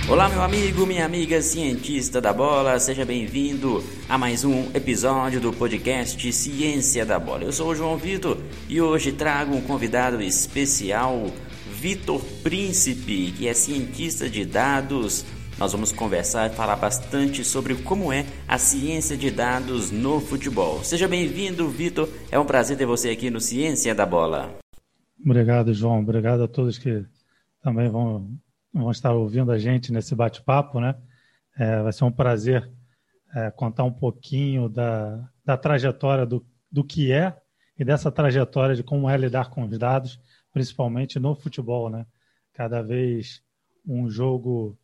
Olá, meu amigo, minha amiga cientista da bola, seja bem-vindo a mais um episódio do podcast Ciência da Bola. Eu sou o João Vitor e hoje trago um convidado especial, Vitor Príncipe, que é cientista de dados. Nós vamos conversar e falar bastante sobre como é a ciência de dados no futebol. Seja bem-vindo, Vitor, é um prazer ter você aqui no Ciência da Bola. Obrigado, João, obrigado a todos que também vão estar ouvindo a gente nesse bate-papo, né? Vai ser um prazer contar um pouquinho da trajetória do que é e dessa trajetória de como é lidar com os dados, principalmente no futebol, né? Cada vez um jogo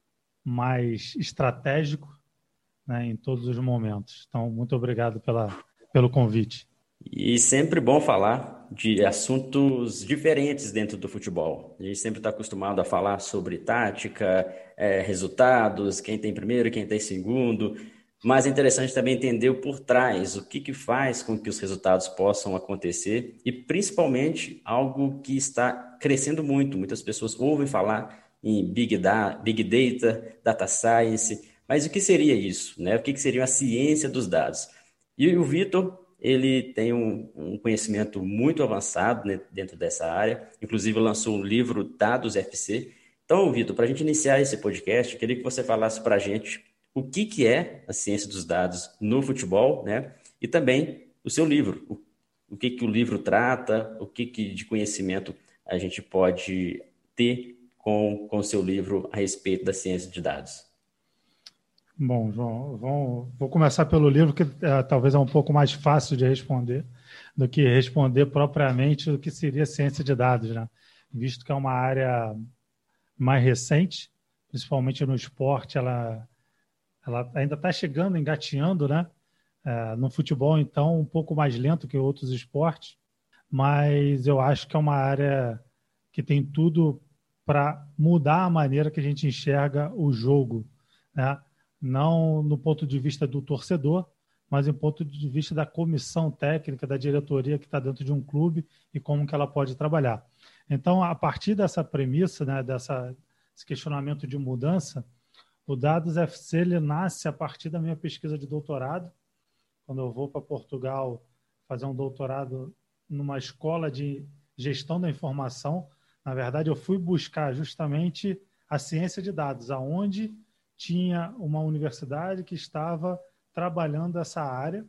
mais estratégico, né, em todos os momentos. Então, muito obrigado pelo convite. E sempre bom falar de assuntos diferentes dentro do futebol. A gente sempre está acostumado a falar sobre tática, resultados, quem tem primeiro, quem tem segundo. Mas é interessante também entender o por trás, o que faz com que os resultados possam acontecer e principalmente algo que está crescendo muito. Muitas pessoas ouvem falar em Big Data, Data Science, mas o que seria isso, né? O que seria a ciência dos dados? E o Vitor, ele tem um conhecimento muito avançado, né, dentro dessa área, inclusive lançou um livro, Dados FC. Então, Vitor, para a gente iniciar esse podcast, eu queria que você falasse para a gente o que é a ciência dos dados no futebol, né? E também o seu livro, o que o livro trata, o que de conhecimento a gente pode ter com o seu livro a respeito da ciência de dados. Bom, João, vou começar pelo livro, que talvez é um pouco mais fácil de responder do que responder propriamente o que seria ciência de dados, né? Visto que é uma área mais recente, principalmente no esporte, ela ainda está chegando, engateando, né? No futebol, então, um pouco mais lento que outros esportes, mas eu acho que é uma área que tem tudo para mudar a maneira que a gente enxerga o jogo, né? Não no ponto de vista do torcedor, mas em ponto de vista da comissão técnica, da diretoria que está dentro de um clube e como que ela pode trabalhar. Então, a partir dessa premissa, né, desse questionamento de mudança, o Dados FC ele nasce a partir da minha pesquisa de doutorado. Quando eu vou para Portugal fazer um doutorado numa escola de gestão da informação, na verdade, eu fui buscar justamente a ciência de dados, aonde tinha uma universidade que estava trabalhando essa área.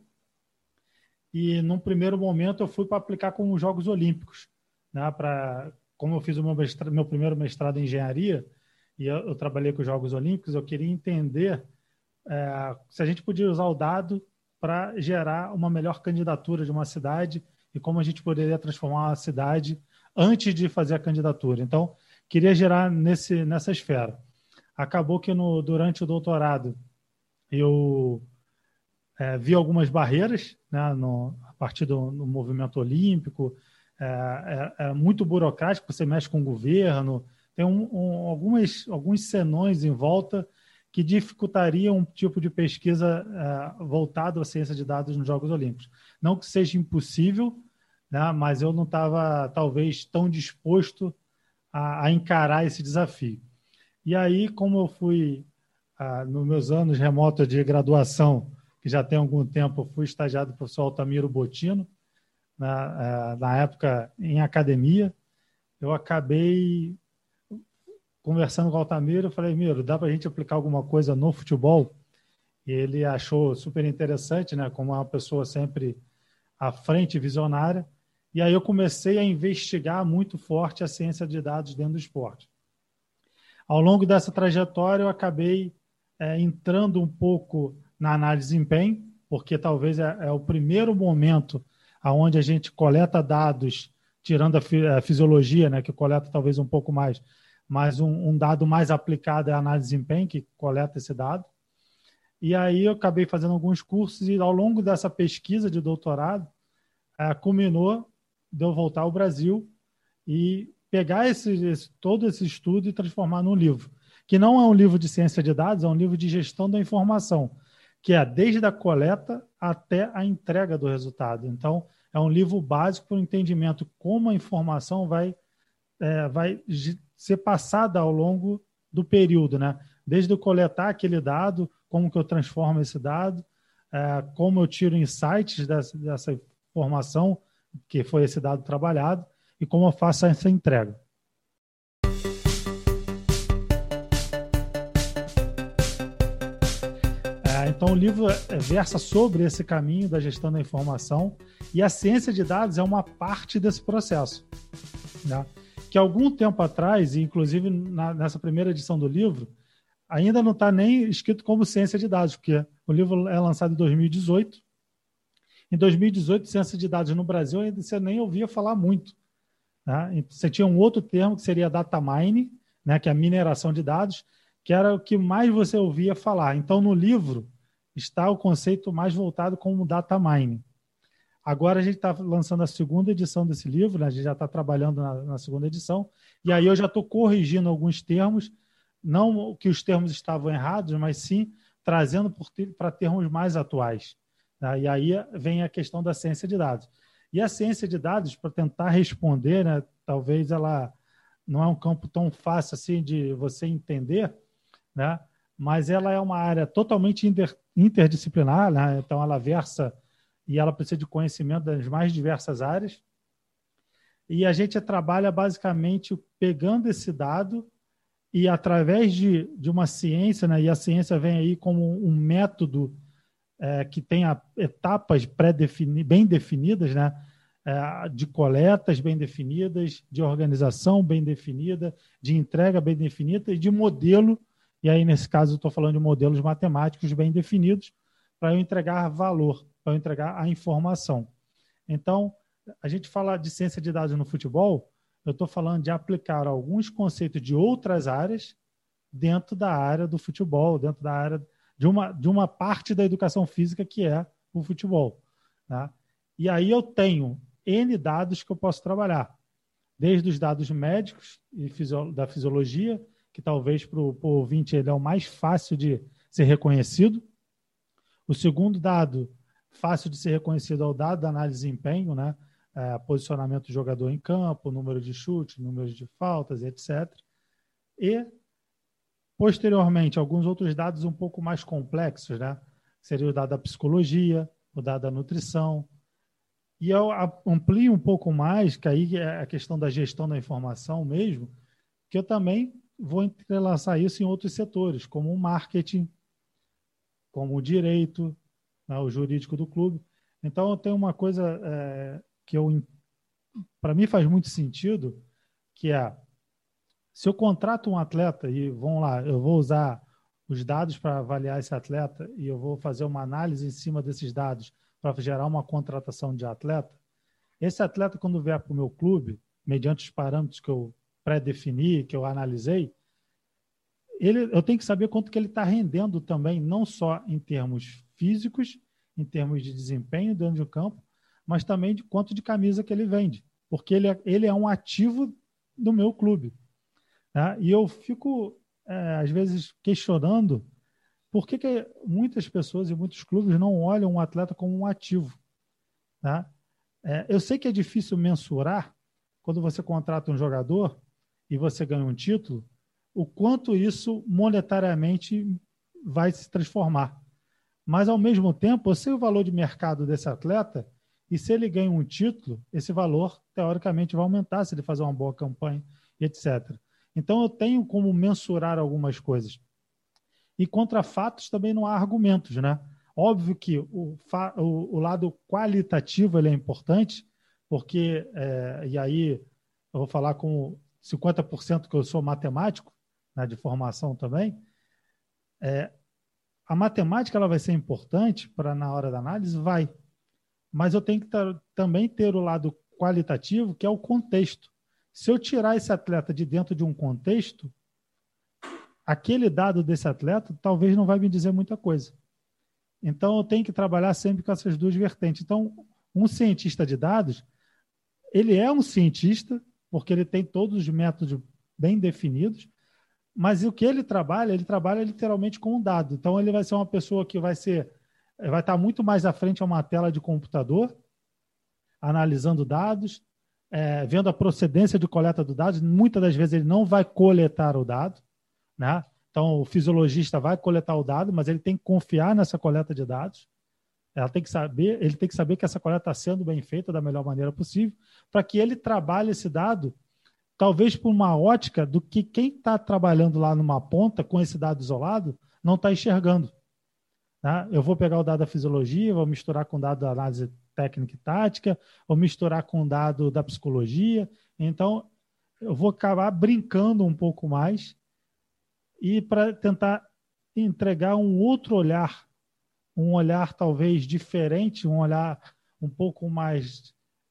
E, num primeiro momento, eu fui para aplicar com os Jogos Olímpicos, né? Como eu fiz o meu primeiro mestrado em engenharia, e eu trabalhei com os Jogos Olímpicos, eu queria entender se a gente podia usar o dado para gerar uma melhor candidatura de uma cidade e como a gente poderia transformar a cidade antes de fazer a candidatura. Então, queria gerar nessa esfera. Acabou que durante o doutorado eu vi algumas barreiras, né, a partir do movimento olímpico. É muito burocrático, você mexe com o governo, tem alguns senões em volta que dificultariam um tipo de pesquisa voltado à ciência de dados nos Jogos Olímpicos. Não que seja impossível, né, mas eu não estava, talvez, tão disposto a encarar esse desafio. E aí, como eu fui, nos meus anos remotos de graduação, que já tem algum tempo, eu fui estagiário do professor Altamiro Bottino, na época em academia, eu acabei conversando com o Altamiro, eu falei, Miro, dá para a gente aplicar alguma coisa no futebol? E ele achou super interessante, né, como uma pessoa sempre à frente, visionária, e aí eu comecei a investigar muito forte a ciência de dados dentro do esporte. Ao longo dessa trajetória, eu acabei entrando um pouco na análise de desempenho, porque talvez é o primeiro momento onde a gente coleta dados, tirando a fisiologia, né, que coleta talvez um pouco mais, mas um dado mais aplicado é a análise de desempenho, que coleta esse dado. E aí eu acabei fazendo alguns cursos e ao longo dessa pesquisa de doutorado, culminou de eu voltar ao Brasil e pegar todo esse estudo e transformar num livro, que não é um livro de ciência de dados, é um livro de gestão da informação, que é desde a coleta até a entrega do resultado. Então, é um livro básico para o entendimento como a informação vai ser passada ao longo do período, né? Desde eu coletar aquele dado, como que eu transformo esse dado, como eu tiro insights dessa informação, que foi esse dado trabalhado, e como eu faço essa entrega. Então, o livro versa sobre esse caminho da gestão da informação, e a ciência de dados é uma parte desse processo, né? Que algum tempo atrás, e inclusive nessa primeira edição do livro, ainda não está nem escrito como ciência de dados, porque o livro é lançado em 2018. Em 2018, ciência de dados no Brasil ainda você nem ouvia falar muito, né? Você tinha um outro termo que seria data mining, né, que é a mineração de dados, que era o que mais você ouvia falar. Então, no livro está o conceito mais voltado como data mining. Agora a gente está lançando a segunda edição desse livro, né? A gente já está trabalhando na segunda edição, e aí eu já estou corrigindo alguns termos, não que os termos estavam errados, mas sim trazendo para termos mais atuais, né? E aí vem a questão da ciência de dados. E a ciência de dados, para tentar responder, né, talvez ela não é um campo tão fácil assim de você entender, né? Mas ela é uma área totalmente interdisciplinar, né? Então ela versa e ela precisa de conhecimento das mais diversas áreas. E a gente trabalha basicamente pegando esse dado e através de uma ciência, né? E a ciência vem aí como um método que tem etapas bem definidas, né? De coletas bem definidas, de organização bem definida, de entrega bem definida e de modelo. E aí, nesse caso, eu estou falando de modelos matemáticos bem definidos para eu entregar valor, para eu entregar a informação. Então, a gente fala de ciência de dados no futebol, eu estou falando de aplicar alguns conceitos de outras áreas dentro da área do futebol, dentro da área de uma parte da educação física que é o futebol, tá? E aí eu tenho N dados que eu posso trabalhar, desde os dados médicos e da fisiologia, que talvez para o ouvinte ele é o mais fácil de ser reconhecido. O segundo dado fácil de ser reconhecido é o dado da análise de desempenho, né? Posicionamento do jogador em campo, número de chutes, número de faltas, etc. E, posteriormente, alguns outros dados um pouco mais complexos, né? Seria o dado da psicologia, o dado da nutrição. E eu amplio um pouco mais, que aí é a questão da gestão da informação mesmo, que eu também vou entrelaçar isso em outros setores, como o marketing, como o direito, né, o jurídico do clube. Então, eu tenho uma coisa que para mim faz muito sentido, que é, se eu contrato um atleta e, vamos lá, eu vou usar os dados para avaliar esse atleta e eu vou fazer uma análise em cima desses dados para gerar uma contratação de atleta, esse atleta, quando vier para o meu clube, mediante os parâmetros que eu pré-defini, que eu analisei, eu tenho que saber quanto que ele está rendendo também, não só em termos físicos, em termos de desempenho dentro do campo, mas também de quanto de camisa que ele vende, porque ele é um ativo do meu clube, né? E eu fico, às vezes, questionando por que muitas pessoas e muitos clubes não olham um atleta como um ativo, né? Eu sei que é difícil mensurar quando você contrata um jogador e você ganha um título, o quanto isso monetariamente vai se transformar. Mas, ao mesmo tempo, eu sei o valor de mercado desse atleta e se ele ganha um título, esse valor, teoricamente, vai aumentar se ele fazer uma boa campanha, etc. Então, eu tenho como mensurar algumas coisas. E contra fatos também não há argumentos, né? Óbvio que o lado qualitativo ele é importante, porque, e aí eu vou falar com 50% que eu sou matemático, né, de formação também, a matemática ela vai ser importante para na hora da análise? Vai. Mas eu tenho que também ter o lado qualitativo, que é o contexto. Se eu tirar esse atleta de dentro de um contexto, aquele dado desse atleta talvez não vai me dizer muita coisa. Então, eu tenho que trabalhar sempre com essas duas vertentes. Então, um cientista de dados, ele é um cientista, porque ele tem todos os métodos bem definidos, mas o que ele trabalha literalmente com um dado. Então, ele vai ser uma pessoa que vai estar muito mais à frente a uma tela de computador, analisando dados, vendo a procedência de coleta do dado. Muitas das vezes ele não vai coletar o dado, né? Então, o fisiologista vai coletar o dado, mas ele tem que confiar nessa coleta de dados. Ele tem que saber que essa coleta está sendo bem feita da melhor maneira possível, para que ele trabalhe esse dado, talvez por uma ótica do que quem está trabalhando lá numa ponta com esse dado isolado não está enxergando. Tá? Eu vou pegar o dado da fisiologia, vou misturar com o dado da análise técnica e tática, vou misturar com o dado da psicologia. Então, eu vou acabar brincando um pouco mais e para tentar entregar um outro olhar, um olhar talvez diferente, um olhar um pouco mais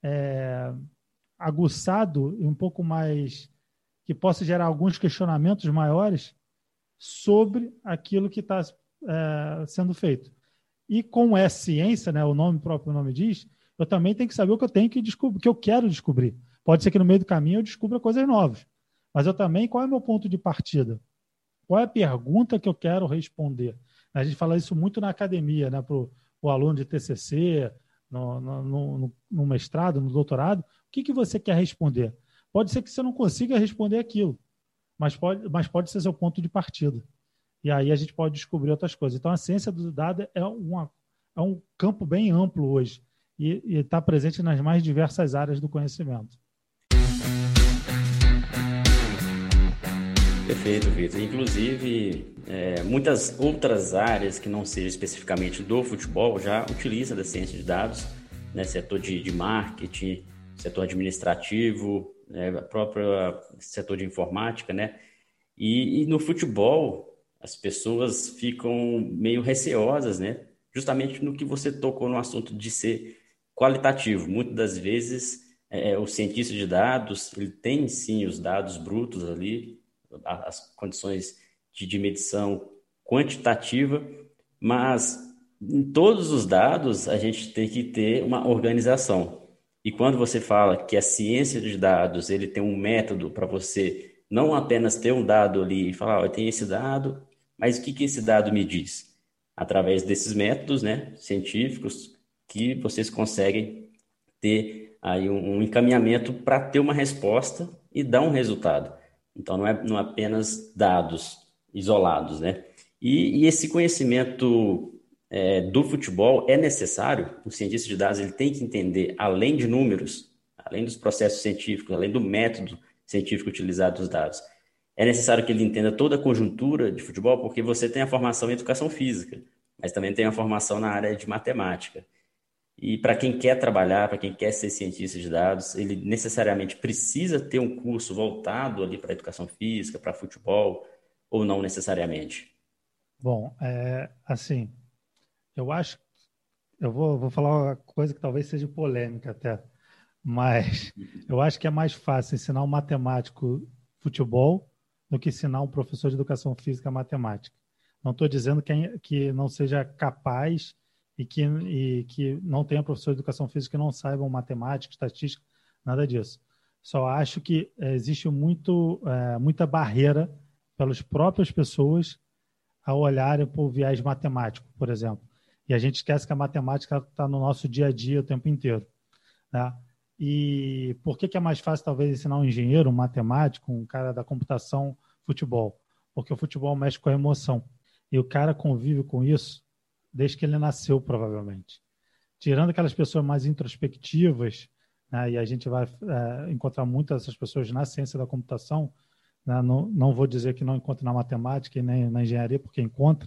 aguçado e um pouco mais que possa gerar alguns questionamentos maiores sobre aquilo que está sendo feito. E como é ciência, né, o próprio nome diz, eu também tenho que saber o que eu tenho que descobrir, o que eu quero descobrir. Pode ser que no meio do caminho eu descubra coisas novas, mas eu também, qual é o meu ponto de partida? Qual é a pergunta que eu quero responder? A gente fala isso muito na academia, né, para o aluno de TCC, no mestrado, no doutorado. O que você quer responder? Pode ser que você não consiga responder aquilo, mas pode ser seu ponto de partida. E aí a gente pode descobrir outras coisas. Então, a ciência do dado é um campo bem amplo hoje e está presente nas mais diversas áreas do conhecimento. Perfeito, Vitor. Inclusive, muitas outras áreas que não sejam especificamente do futebol já utilizam da ciência de dados, né? Setor de marketing, setor administrativo, próprio setor de informática, né? E no futebol, as pessoas ficam meio receosas, né? Justamente no que você tocou no assunto de ser qualitativo. Muitas das vezes, o cientista de dados, ele tem sim os dados brutos ali, as condições de medição quantitativa, mas em todos os dados a gente tem que ter uma organização. E quando você fala que a ciência de dados ele tem um método para você não apenas ter um dado ali e falar, eu tenho esse dado, mas o que esse dado me diz? Através desses métodos, né, científicos, que vocês conseguem ter aí um encaminhamento para ter uma resposta e dar um resultado. Então, não é apenas dados isolados, né? E esse conhecimento do futebol é necessário. O cientista de dados ele tem que entender, além de números, além dos processos científicos, além do método científico utilizado dos dados. É necessário que ele entenda toda a conjuntura de futebol, porque você tem a formação em educação física, mas também tem a formação na área de matemática. E para quem quer trabalhar, para quem quer ser cientista de dados, ele necessariamente precisa ter um curso voltado ali para educação física, para futebol, ou não necessariamente? Bom, assim, eu acho, eu vou falar uma coisa que talvez seja polêmica até, mas eu acho que é mais fácil ensinar um matemático futebol do que ensinar um professor de educação física matemática. Não estou dizendo que não seja capaz e que não tenha professor de educação física que não saibam matemática, estatística, nada disso. Só acho que existe muita barreira pelas próprias pessoas a olharem para o viés matemático, por exemplo. E a gente esquece que a matemática está no nosso dia a dia o tempo inteiro, né? E por que é mais fácil, talvez, ensinar um engenheiro, um matemático, um cara da computação, futebol? Porque o futebol mexe com a emoção. E o cara convive com isso desde que ele nasceu, provavelmente. Tirando aquelas pessoas mais introspectivas, né, e a gente vai encontrar muitas dessas pessoas na ciência da computação, né, não vou dizer que não encontra na matemática e nem na engenharia, porque encontra,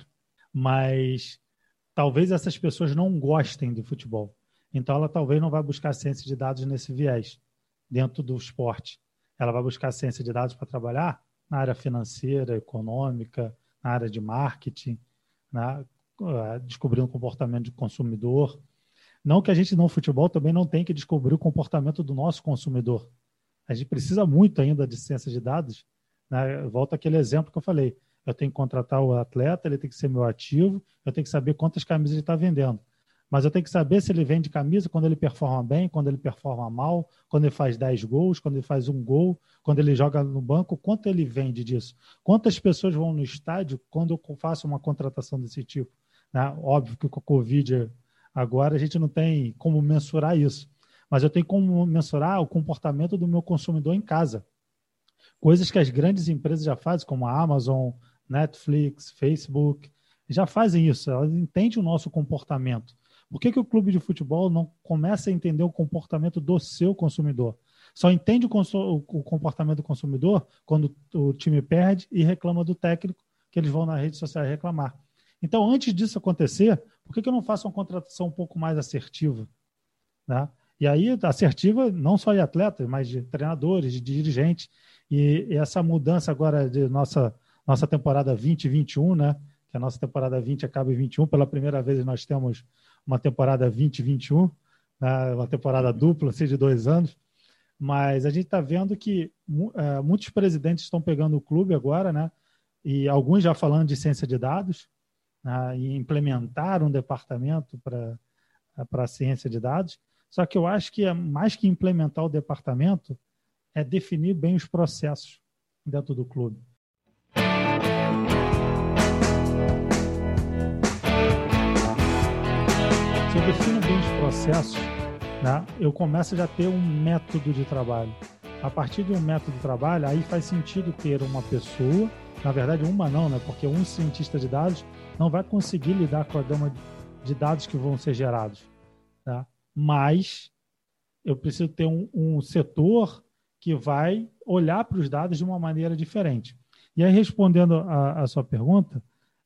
mas talvez essas pessoas não gostem de futebol. Então, ela talvez não vai buscar ciência de dados nesse viés, dentro do esporte. Ela vai buscar ciência de dados para trabalhar na área financeira, econômica, na área de marketing, né? Descobrindo o comportamento do consumidor. Não que a gente no futebol também não tem que descobrir o comportamento do nosso consumidor. A gente precisa muito ainda de ciência de dados, né? Volta aquele exemplo que eu falei. Eu tenho que contratar o atleta, ele tem que ser meu ativo, eu tenho que saber quantas camisas ele está vendendo. Mas eu tenho que saber se ele vende camisa quando ele performa bem, quando ele performa mal, quando ele faz 10 gols, quando ele faz um gol, quando ele joga no banco, quanto ele vende disso? Quantas pessoas vão no estádio quando eu faço uma contratação desse tipo? Né? Óbvio que com a Covid agora a gente não tem como mensurar isso, mas eu tenho como mensurar o comportamento do meu consumidor em casa. Coisas que as grandes empresas já fazem, como a Amazon, Netflix, Facebook, já fazem isso, elas entendem o nosso comportamento. Por que o clube de futebol não começa a entender o comportamento do seu consumidor? Só entende o comportamento do consumidor quando o time perde e reclama do técnico, que eles vão nas redes sociais reclamar. Então, antes disso acontecer, por que eu não faço uma contratação um pouco mais assertiva? Né? E aí, assertiva não só de atletas, mas de treinadores, de dirigentes. E essa mudança agora de nossa temporada 2021, né? Que a nossa temporada 20 acaba em 21, pela primeira vez nós temos uma temporada 2021, né? Uma temporada dupla, assim, de 2 anos. Mas a gente está vendo que muitos presidentes estão pegando o clube agora, né? E alguns já falando de ciência de dados, né? E implementar um departamento para a ciência de dados. Só que eu acho que mais que implementar o departamento, é definir bem os processos dentro do clube. Se eu defino bem os processos, né, eu começo a já ter um método de trabalho. A partir de um método de trabalho, aí faz sentido ter uma pessoa, na verdade uma não, né, porque um cientista de dados não vai conseguir lidar com a gama de dados que vão ser gerados. Tá? Mas eu preciso ter um setor que vai olhar para os dados de uma maneira diferente. E aí, respondendo a sua pergunta,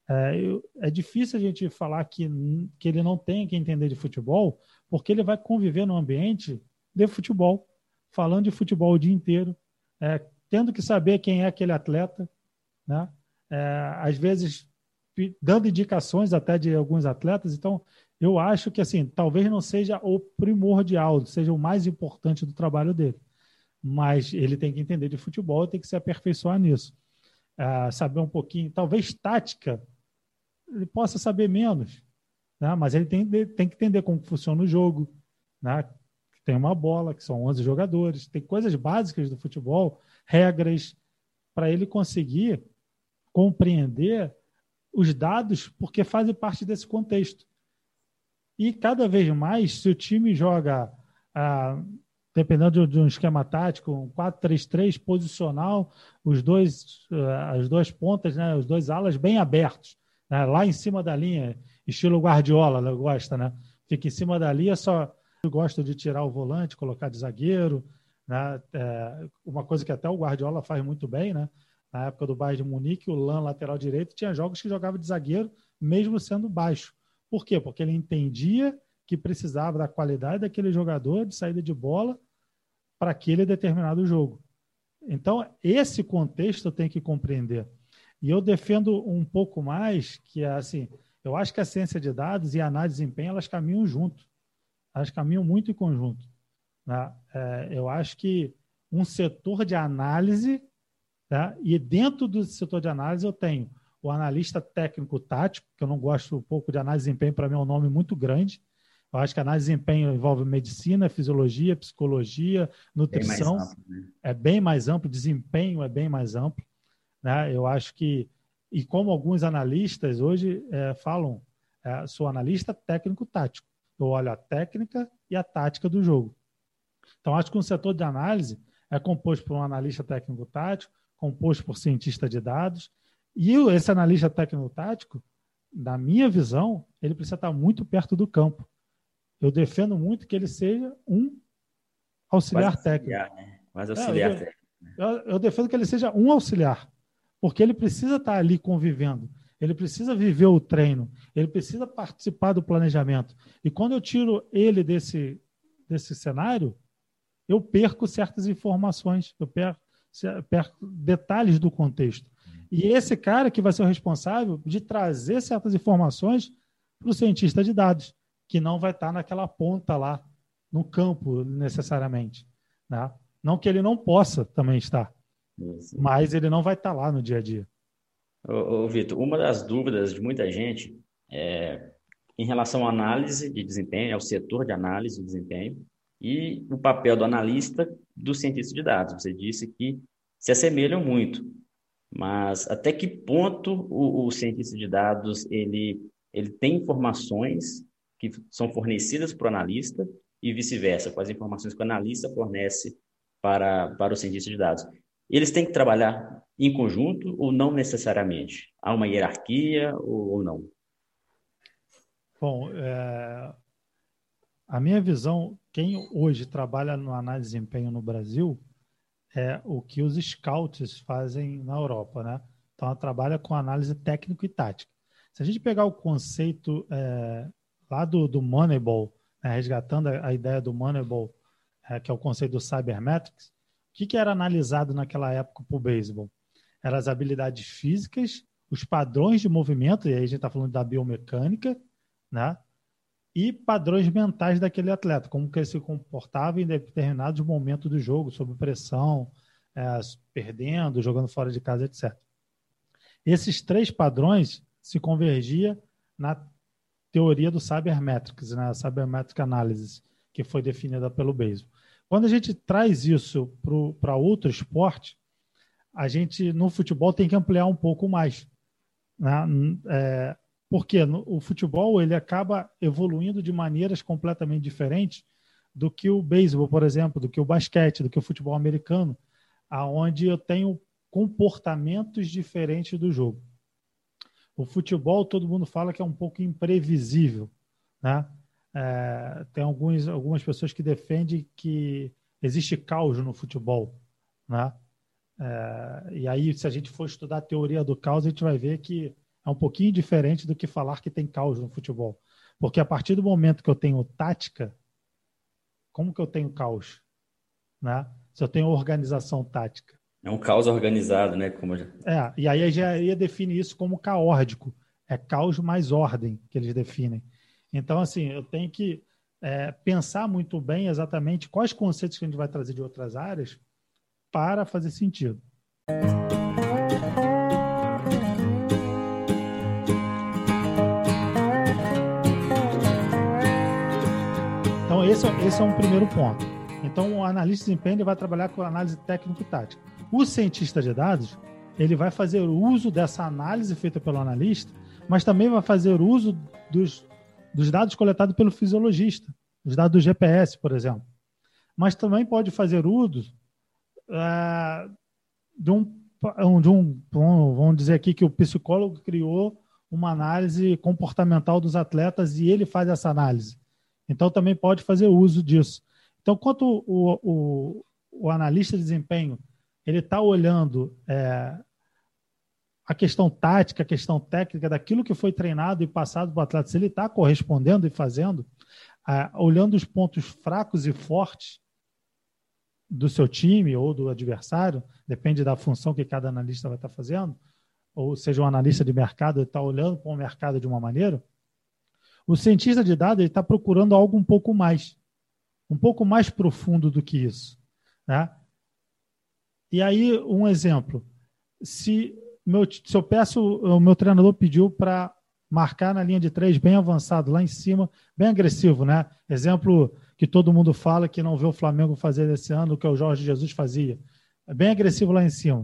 é difícil a gente falar que ele não tem que entender de futebol, porque ele vai conviver num ambiente de futebol, falando de futebol o dia inteiro, tendo que saber quem é aquele atleta, né? Às vezes dando indicações até de alguns atletas. Então, eu acho que assim, talvez não seja o primordial, seja o mais importante do trabalho dele, mas ele tem que entender de futebol e tem que se aperfeiçoar nisso. Saber um pouquinho, talvez tática, ele possa saber menos, né? Mas ele tem que entender como funciona o jogo, né? Tem uma bola, que são 11 jogadores, tem coisas básicas do futebol, regras, para ele conseguir compreender os dados, porque fazem parte desse contexto. E cada vez mais, se o time joga, dependendo de um esquema tático, um 4-3-3 posicional, as duas pontas, né, os dois alas bem abertos, né, lá em cima da linha, estilo Guardiola, né, gosta, né? Fica em cima da linha, só gosta de tirar o volante, colocar de zagueiro, né? Uma coisa que até o Guardiola faz muito bem, né? Na época do Bayern de Munique, o Lan, lateral direito, tinha jogos que jogava de zagueiro, mesmo sendo baixo. Por quê? Porque ele entendia que precisava da qualidade daquele jogador de saída de bola para aquele determinado jogo. Então, esse contexto eu tenho que compreender. E eu defendo um pouco mais que, assim, eu acho que a ciência de dados e a análise de desempenho, elas caminham junto. Elas caminham muito em conjunto. Né? Eu acho que um setor de análise, tá? E dentro do setor de análise eu tenho o analista técnico-tático, que eu não gosto um pouco de análise de desempenho, para mim é um nome muito grande. Eu acho que a análise de desempenho envolve medicina, fisiologia, psicologia, nutrição. Bem mais amplo, né? É bem mais amplo, desempenho é bem mais amplo. Né? Eu acho que, e como alguns analistas hoje falam, sou analista técnico-tático. Eu olho a técnica e a tática do jogo. Então, acho que um setor de análise é composto por um analista técnico-tático, composto por cientista de dados, e esse analista técnico-tático, na minha visão, ele precisa estar muito perto do campo. Eu defendo muito que ele seja um auxiliar técnico. Né? Quase auxiliar técnico. Eu defendo que ele seja um auxiliar, porque ele precisa estar ali convivendo, ele precisa viver o treino, ele precisa participar do planejamento. E quando eu tiro ele desse cenário, eu perco certas informações, eu perco detalhes do contexto. E esse cara que vai ser o responsável de trazer certas informações para o cientista de dados, que não vai estar naquela ponta lá, no campo, necessariamente. Né? Não que ele não possa também estar, mas ele não vai estar lá no dia a dia. Ô, Vitor, uma das dúvidas de muita gente é em relação à análise de desempenho, ao setor de análise de desempenho, e o papel do analista do cientista de dados. Você disse que se assemelham muito, mas até que ponto o cientista de dados ele tem informações que são fornecidas para o analista e vice-versa, com as informações que o analista fornece para o cientista de dados. Eles têm que trabalhar em conjunto ou não necessariamente? Há uma hierarquia ou não? Bom, a minha visão, quem hoje trabalha no análise de desempenho no Brasil é o que os scouts fazem na Europa, né? Então, ela trabalha com análise técnico e tática. Se a gente pegar o conceito lá do Moneyball, né, resgatando a ideia do Moneyball, que é o conceito do Cybermetrics, o que era analisado naquela época para o beisebol? Eram as habilidades físicas, os padrões de movimento, e aí a gente está falando da biomecânica, né? E padrões mentais daquele atleta, como que ele se comportava em determinados momentos do jogo, sob pressão, perdendo, jogando fora de casa, etc. Esses 3 padrões se convergiam na teoria do Cybermetrics, né? A Cybermetric Analysis, que foi definida pelo beisebol. Quando a gente traz isso para outro esporte, a gente, no futebol, tem que ampliar um pouco mais, né? Porque o futebol ele acaba evoluindo de maneiras completamente diferentes do que o beisebol, por exemplo, do que o basquete, do que o futebol americano, aonde eu tenho comportamentos diferentes do jogo. O futebol, todo mundo fala que é um pouco imprevisível, né? Tem algumas pessoas que defendem que existe caos no futebol, né? E aí, se a gente for estudar a teoria do caos, a gente vai ver que é um pouquinho diferente do que falar que tem caos no futebol. Porque a partir do momento que eu tenho tática, como que eu tenho caos? Né? Se eu tenho organização tática. É um caos organizado, né? E aí a engenharia define isso como caórdico. É caos mais ordem que eles definem. Então, assim, eu tenho que pensar muito bem exatamente quais conceitos que a gente vai trazer de outras áreas para fazer sentido. Então, esse é um primeiro ponto. Então, o analista de desempenho ele vai trabalhar com análise técnica e tática. O cientista de dados, ele vai fazer uso dessa análise feita pelo analista, mas também vai fazer uso dos dados coletados pelo fisiologista, os dados do GPS, por exemplo. Mas também pode fazer uso vamos dizer aqui que o psicólogo criou uma análise comportamental dos atletas e ele faz essa análise. Então, também pode fazer uso disso. Então, quanto o analista de desempenho ele está olhando a questão tática, a questão técnica daquilo que foi treinado e passado para o atleta, se ele está correspondendo e fazendo, olhando os pontos fracos e fortes do seu time ou do adversário, depende da função que cada analista vai estar fazendo, ou seja, um analista de mercado, ele está olhando para o mercado de uma maneira, o cientista de dados está procurando algo um pouco mais profundo do que isso, né? E aí, um exemplo, se eu peço, o meu treinador pediu para marcar na linha de 3 bem avançado, lá em cima, bem agressivo, né? Exemplo que todo mundo fala que não vê o Flamengo fazer esse ano, o que o Jorge Jesus fazia. Bem agressivo lá em cima.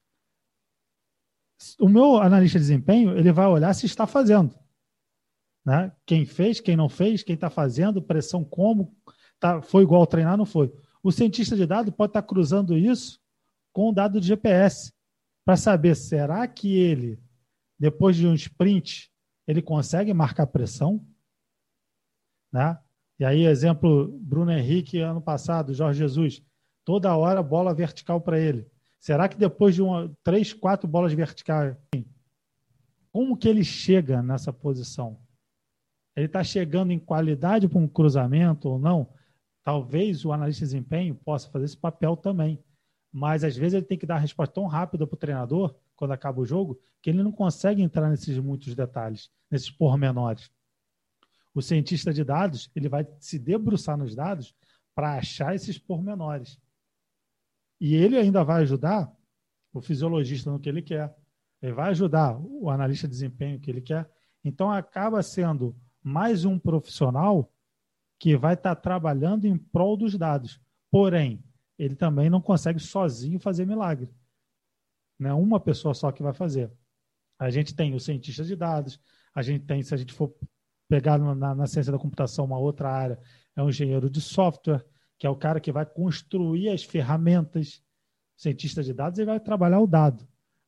O meu analista de desempenho, ele vai olhar se está fazendo, né? Quem fez, quem não fez, quem está fazendo, pressão como, foi igual treinar, não foi. O cientista de dados pode estar cruzando isso com o dado de GPS para saber, será que ele, depois de um sprint, ele consegue marcar pressão? Né? E aí, exemplo, Bruno Henrique, ano passado, Jorge Jesus, toda hora bola vertical para ele. Será que depois de 3, 4 bolas verticais, como que ele chega nessa posição? Ele está chegando em qualidade para um cruzamento ou não? Talvez o analista de desempenho possa fazer esse papel também. Mas, às vezes, ele tem que dar a resposta tão rápida para o treinador, quando acaba o jogo, que ele não consegue entrar nesses muitos detalhes, nesses pormenores. O cientista de dados, ele vai se debruçar nos dados para achar esses pormenores. E ele ainda vai ajudar o fisiologista no que ele quer. Ele vai ajudar o analista de desempenho no que ele quer. Então, acaba sendo mais um profissional que vai estar trabalhando em prol dos dados. Porém, ele também não consegue sozinho fazer milagre. Não é uma pessoa só que vai fazer. A gente tem o cientista de dados, a gente tem, se a gente for pegar na ciência da computação uma outra área, é um engenheiro de software, que é o cara que vai construir as ferramentas. O cientista de dados ele vai trabalhar o dado.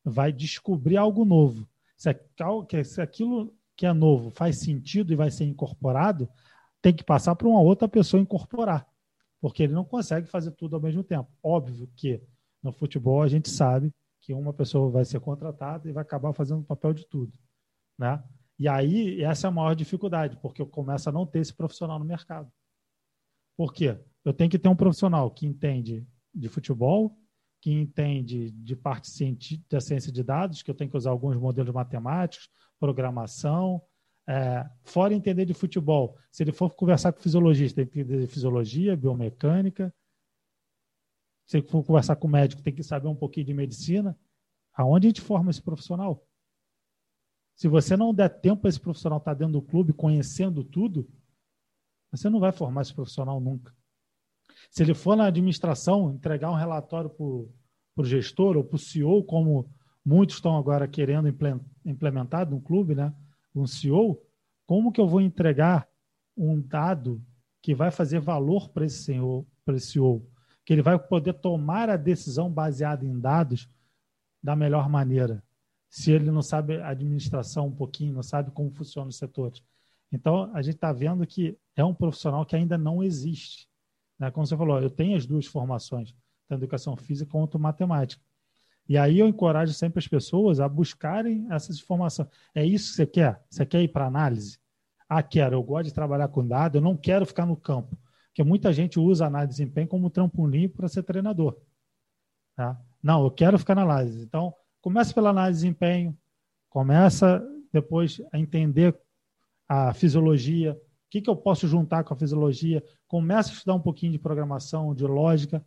vai descobrir algo novo. Se aquilo que é novo faz sentido e vai ser incorporado, tem que passar para uma outra pessoa incorporar, porque ele não consegue fazer tudo ao mesmo tempo. Óbvio que no futebol a gente sabe que uma pessoa vai ser contratada e vai acabar fazendo o papel de tudo, né? E aí, essa é a maior dificuldade, porque eu começo a não ter esse profissional no mercado. Por quê? Eu tenho que ter um profissional que entende de futebol, que entende de parte da ciência de dados, que eu tenho que usar alguns modelos matemáticos, programação, fora entender de futebol. Se ele for conversar com fisiologista, tem que entender de fisiologia, biomecânica. Se ele for conversar com médico, tem que saber um pouquinho de medicina. Aonde a gente forma esse profissional? Se você não der tempo para esse profissional estar dentro do clube, conhecendo tudo, você não vai formar esse profissional nunca. Se ele for na administração, entregar um relatório para o gestor ou para o CEO, como muitos estão agora querendo implementar no clube, né? Um CEO, como que eu vou entregar um dado que vai fazer valor para esse CEO, que ele vai poder tomar a decisão baseada em dados da melhor maneira, se ele não sabe a administração um pouquinho, não sabe como funcionam os setores. Então, a gente está vendo que é um profissional que ainda não existe. Né? Como você falou, eu tenho as duas formações, tanto educação física quanto matemática. E aí eu encorajo sempre as pessoas a buscarem essas informações. É isso que você quer? Você quer ir para análise? Ah, quero. Eu gosto de trabalhar com dados, eu não quero ficar no campo. Porque muita gente usa a análise de desempenho como trampolim para ser treinador. Tá? Não, eu quero ficar na análise. Então, começa pela análise de desempenho, começa depois a entender a fisiologia, o que eu posso juntar com a fisiologia, começa a estudar um pouquinho de programação, de lógica.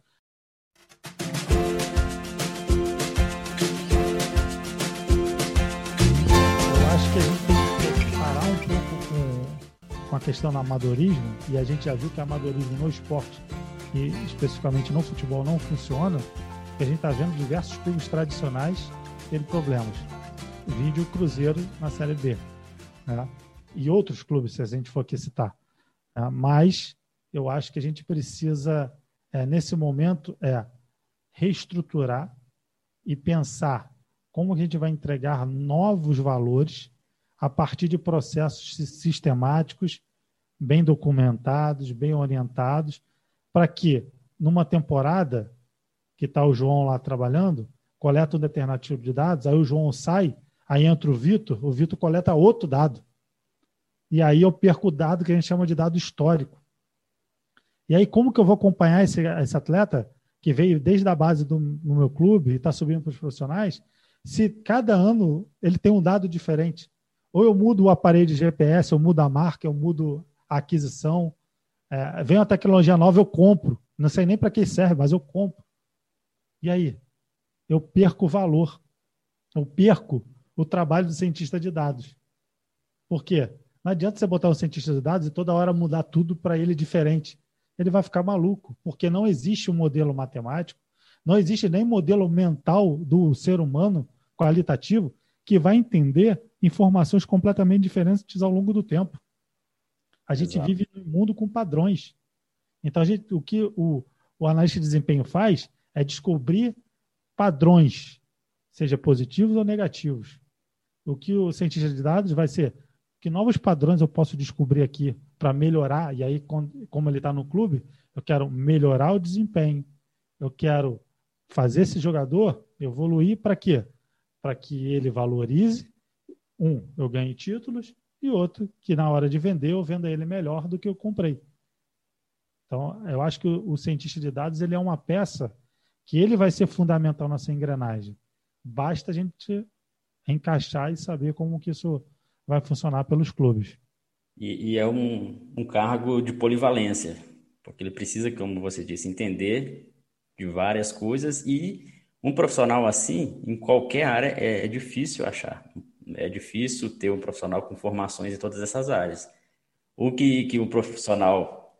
Eu acho que a gente tem que parar um pouco com a questão do amadorismo, e a gente já viu que o amadorismo no esporte, e especificamente no futebol, não funciona, porque a gente está vendo diversos clubes tradicionais terem problemas. Vídeo Cruzeiro na Série B, né? E outros clubes, se a gente for aqui citar. Mas eu acho que a gente precisa, nesse momento, reestruturar e pensar como a gente vai entregar novos valores a partir de processos sistemáticos, bem documentados, bem orientados, para que, numa temporada, que está o João lá trabalhando, coleta um determinado tipo de dados, aí o João sai, aí entra o Vitor coleta outro dado. E aí eu perco o dado que a gente chama de dado histórico. E aí como que eu vou acompanhar esse atleta que veio desde a base no meu clube e está subindo para os profissionais, se cada ano ele tem um dado diferente? Ou eu mudo o aparelho de GPS, eu mudo a marca, eu mudo a aquisição, vem uma tecnologia nova, eu compro. Não sei nem para que serve, mas eu compro. E aí? Eu perco o valor. Eu perco o trabalho do cientista de dados. Por quê? Não adianta você botar um cientista de dados e toda hora mudar tudo para ele diferente. Ele vai ficar maluco, porque não existe um modelo matemático, não existe nem modelo mental do ser humano qualitativo que vai entender informações completamente diferentes ao longo do tempo. A gente vive num mundo com padrões. Então, o que o analista de desempenho faz é descobrir padrões, seja positivos ou negativos. O que o cientista de dados vai ser que novos padrões eu posso descobrir aqui para melhorar, e aí, como ele está no clube, eu quero melhorar o desempenho, eu quero fazer esse jogador evoluir para quê? Para que ele valorize, eu ganhe títulos, e outro, que na hora de vender, eu venda ele melhor do que eu comprei. Então, eu acho que o cientista de dados ele é uma peça que ele vai ser fundamental nessa engrenagem. Basta a gente encaixar e saber como que isso vai funcionar pelos clubes. E é um cargo de polivalência, porque ele precisa, como você disse, entender de várias coisas, e um profissional assim, em qualquer área, é difícil achar. É difícil ter um profissional com formações em todas essas áreas. O que um profissional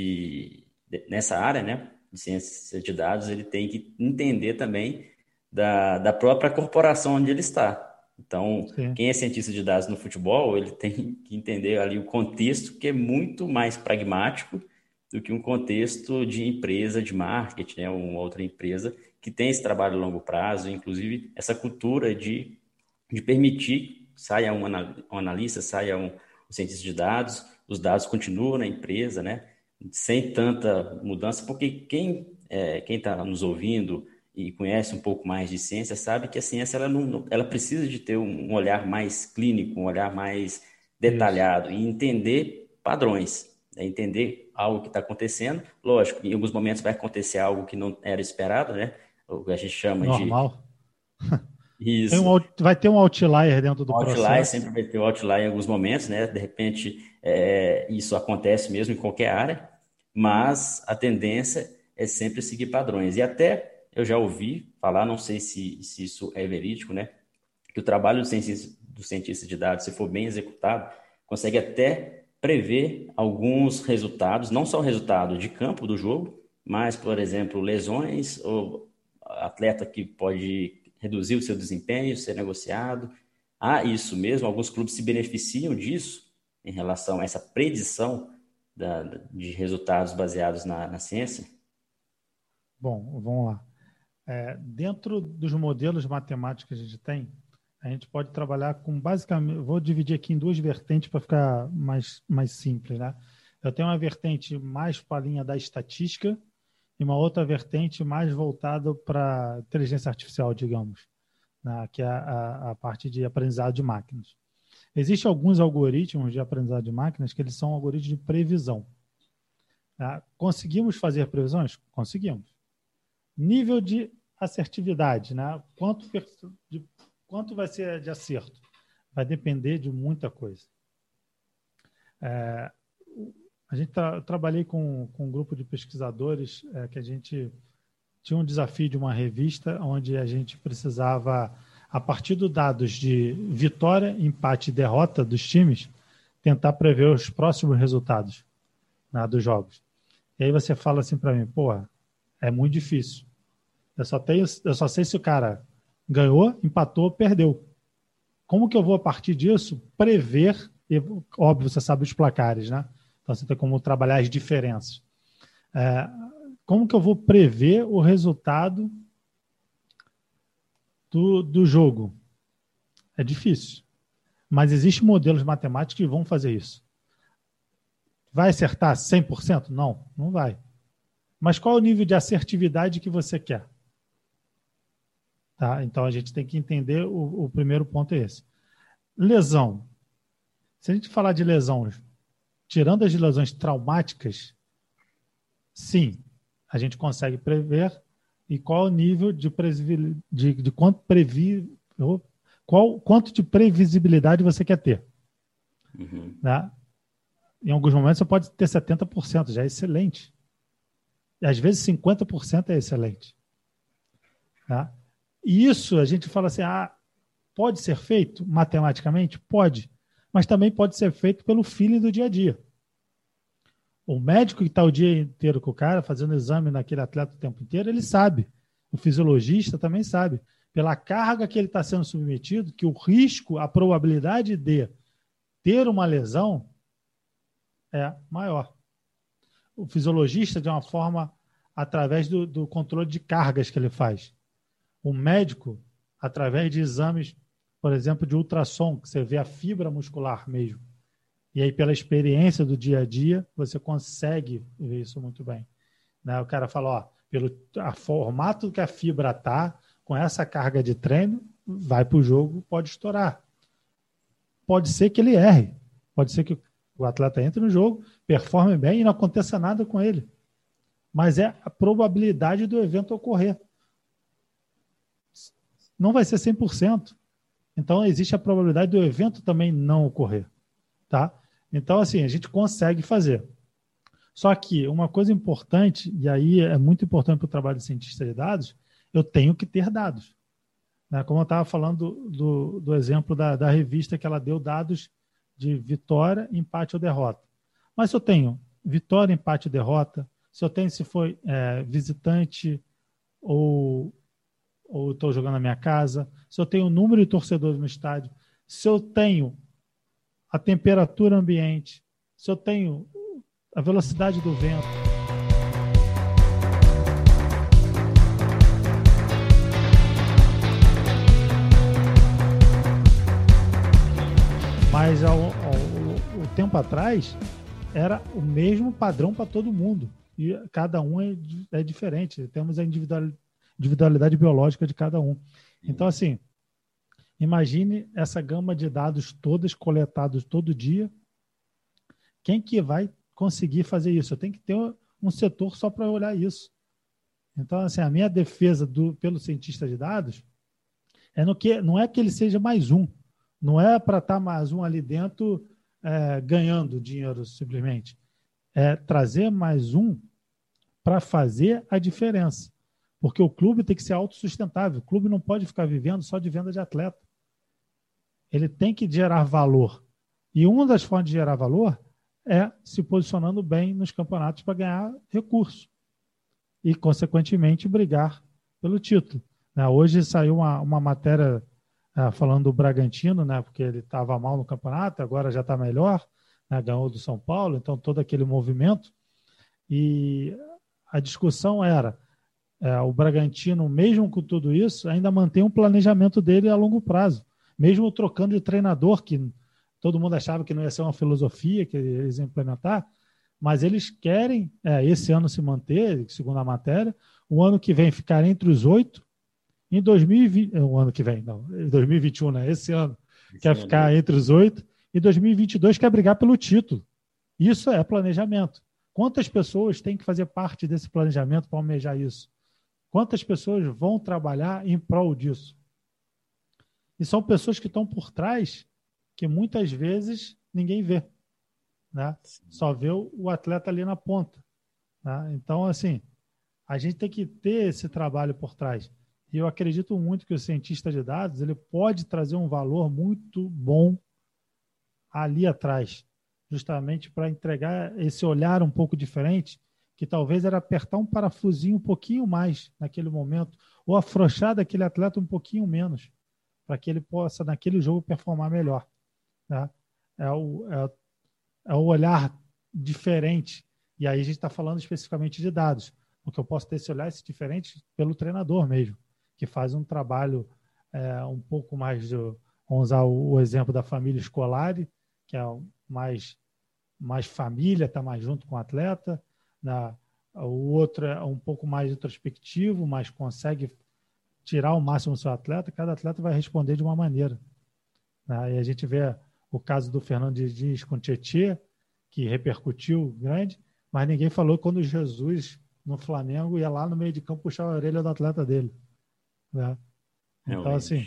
nessa área, né, de ciência de dados, ele tem que entender também da própria corporação onde ele está. Então, Sim. quem é cientista de dados no futebol, ele tem que entender ali o contexto, que é muito mais pragmático do que um contexto de empresa, de marketing, né? Uma outra empresa que tem esse trabalho a longo prazo, inclusive essa cultura de permitir que saia um analista, saia um cientista de dados, os dados continuam na empresa, né? Sem tanta mudança, porque quem está nos ouvindo e conhece um pouco mais de ciência sabe que a ciência ela precisa de ter um olhar mais clínico, um olhar mais Isso. detalhado e entender padrões, né? Entender algo que está acontecendo. Lógico, em alguns momentos vai acontecer algo que não era esperado, né? O que a gente chama de Normal. isso. Vai ter um outlier dentro do O outlier processo. sempre vai ter o outlier em alguns momentos, né? De repente, isso acontece mesmo em qualquer área, mas a tendência é sempre seguir padrões. E até eu já ouvi falar, não sei se isso é verídico, né? Que o trabalho do cientista de dados, se for bem executado, consegue até prever alguns resultados, não só o resultado de campo do jogo, mas, por exemplo, lesões ou atleta que pode reduzir o seu desempenho, ser negociado. Ah, isso mesmo, alguns clubes se beneficiam disso em relação a essa predição de resultados baseados na ciência. Bom, vamos lá. Dentro dos modelos matemáticos que a gente tem, a gente pode trabalhar com basicamente. Vou dividir aqui em duas vertentes para ficar mais simples, né? Eu tenho uma vertente mais para a linha da estatística e uma outra vertente mais voltada para inteligência artificial, digamos, né? Que é a parte de aprendizado de máquinas. Existem alguns algoritmos de aprendizado de máquinas que eles são algoritmos de previsão. Tá? Conseguimos fazer previsões? Conseguimos. Nível de assertividade, né? Quanto vai ser de acerto? Vai depender de muita coisa. Eu trabalhei com um grupo de pesquisadores que a gente tinha um desafio de uma revista onde a gente precisava, a partir dos dados de vitória, empate e derrota dos times, tentar prever os próximos resultados, né, dos jogos. E aí você fala assim para mim, porra, é muito difícil. Eu só sei se o cara ganhou, empatou, perdeu. Como que eu vou, a partir disso, prever? E, óbvio, você sabe os placares, né? Então você tem como trabalhar as diferenças. Como que eu vou prever o resultado do jogo? É difícil. Mas existem modelos matemáticos que vão fazer isso. Vai acertar 100%? Não, não vai. Mas qual é o nível de assertividade que você quer? Tá? Então a gente tem que entender o primeiro ponto é esse. Lesão. Se a gente falar de lesões, tirando as lesões traumáticas, sim, a gente consegue prever e qual o nível de quanto de previsibilidade você quer ter. Uhum. Né? Em alguns momentos você pode ter 70%, já é excelente. E às vezes 50% é excelente. Tá? E isso a gente fala assim, pode ser feito matematicamente? Pode. Mas também pode ser feito pelo feeling do dia a dia. O médico que está o dia inteiro com o cara, fazendo exame naquele atleta o tempo inteiro, ele sabe. O fisiologista também sabe. Pela carga que ele está sendo submetido, que o risco, a probabilidade de ter uma lesão é maior. O fisiologista, de uma forma, através do controle de cargas que ele faz. O médico, através de exames, por exemplo, de ultrassom, que você vê a fibra muscular mesmo. E aí, pela experiência do dia a dia, você consegue ver isso muito bem. Né? O cara fala, pelo formato que a fibra está, com essa carga de treino, vai para o jogo, pode estourar. Pode ser que ele erre. Pode ser que o atleta entre no jogo, performe bem e não aconteça nada com ele. Mas é a probabilidade do evento ocorrer. Não vai ser 100%. Então, existe a probabilidade do evento também não ocorrer. Tá? Então, assim, a gente consegue fazer. Só que uma coisa importante, e aí é muito importante para o trabalho de cientista de dados, eu tenho que ter dados. Né? Como eu estava falando do exemplo da revista que ela deu dados de vitória, empate ou derrota. Mas se eu tenho vitória, empate ou derrota, se foi visitante ou estou jogando na minha casa, se eu tenho o número de torcedores no estádio, se eu tenho a temperatura ambiente, se eu tenho a velocidade do vento. Mas o tempo atrás era o mesmo padrão para todo mundo. E cada um é diferente. Temos a individualidade biológica de cada um. Então, assim, imagine essa gama de dados todas coletados todo dia. Quem que vai conseguir fazer isso? Tem que ter um setor só para olhar isso. Então, assim, a minha defesa pelo cientista de dados não é que ele seja mais um. Não é para estar mais um ali dentro ganhando dinheiro simplesmente. É trazer mais um para fazer a diferença. Porque o clube tem que ser autossustentável. O clube não pode ficar vivendo só de venda de atleta. Ele tem que gerar valor. E uma das formas de gerar valor é se posicionando bem nos campeonatos para ganhar recurso. E, consequentemente, brigar pelo título. Hoje saiu uma matéria falando do Bragantino, porque ele estava mal no campeonato, agora já está melhor, ganhou do São Paulo, então todo aquele movimento. E a discussão era, o Bragantino, mesmo com tudo isso, ainda mantém um planejamento dele a longo prazo, mesmo trocando de treinador, que todo mundo achava que não ia ser uma filosofia que eles iam implementar, mas eles querem esse ano se manter, segundo a matéria, o ano que vem ficar entre os 8. Em 2020, o ano que vem, não, em 2021, esse ano, quer ficar entre os 8, e 2022 quer brigar pelo título. Isso é planejamento. Quantas pessoas têm que fazer parte desse planejamento para almejar isso? Quantas pessoas vão trabalhar em prol disso? E são pessoas que estão por trás que muitas vezes ninguém vê. Só vê o atleta ali na ponta. Então, assim, a gente tem que ter esse trabalho por trás. E eu acredito muito que o cientista de dados ele pode trazer um valor muito bom ali atrás, justamente para entregar esse olhar um pouco diferente, que talvez era apertar um parafusinho um pouquinho mais naquele momento, ou afrouxar daquele atleta um pouquinho menos, para que ele possa, naquele jogo, performar melhor. É o olhar diferente. E aí a gente está falando especificamente de dados, porque eu posso ter esse olhar diferente pelo treinador mesmo, que faz um trabalho um pouco mais, vamos usar o exemplo da família escolar, que é mais família, está mais junto com o atleta, o outro é um pouco mais introspectivo, mas consegue tirar o máximo do seu atleta, cada atleta vai responder de uma maneira. E a gente vê o caso do Fernando Diniz com o Tietê, que repercutiu grande, mas ninguém falou quando o Jesus, no Flamengo, ia lá no meio de campo puxar a orelha do atleta dele. Então, assim,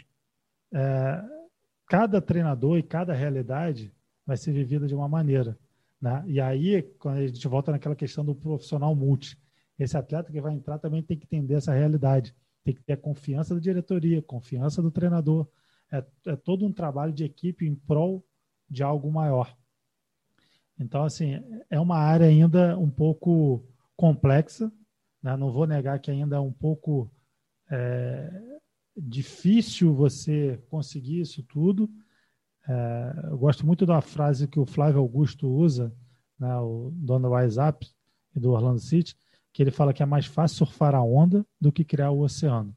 cada treinador e cada realidade vai ser vivida de uma maneira. E aí, quando a gente volta naquela questão do profissional multi, esse atleta que vai entrar também tem que entender essa realidade, tem que ter a confiança da diretoria, confiança do treinador, é todo um trabalho de equipe em prol de algo maior. Então, assim, é uma área ainda um pouco complexa, não vou negar que ainda é um pouco difícil você conseguir isso tudo. Eu gosto muito da frase que o Flávio Augusto usa, o dono do WhatsApp e do Orlando City, que ele fala que é mais fácil surfar a onda do que criar o oceano.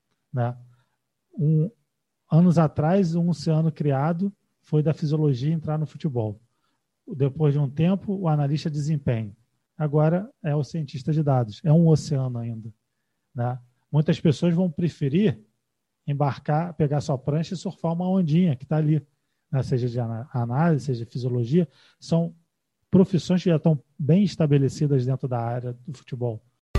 Anos atrás, um oceano criado foi da fisiologia entrar no futebol. Depois de um tempo, o analista de desempenho. Agora é o cientista de dados. É um oceano ainda. Muitas pessoas vão preferir embarcar, pegar sua prancha e surfar uma ondinha que está ali, seja de análise, seja de fisiologia. São profissões que já estão bem estabelecidas dentro da área do futebol.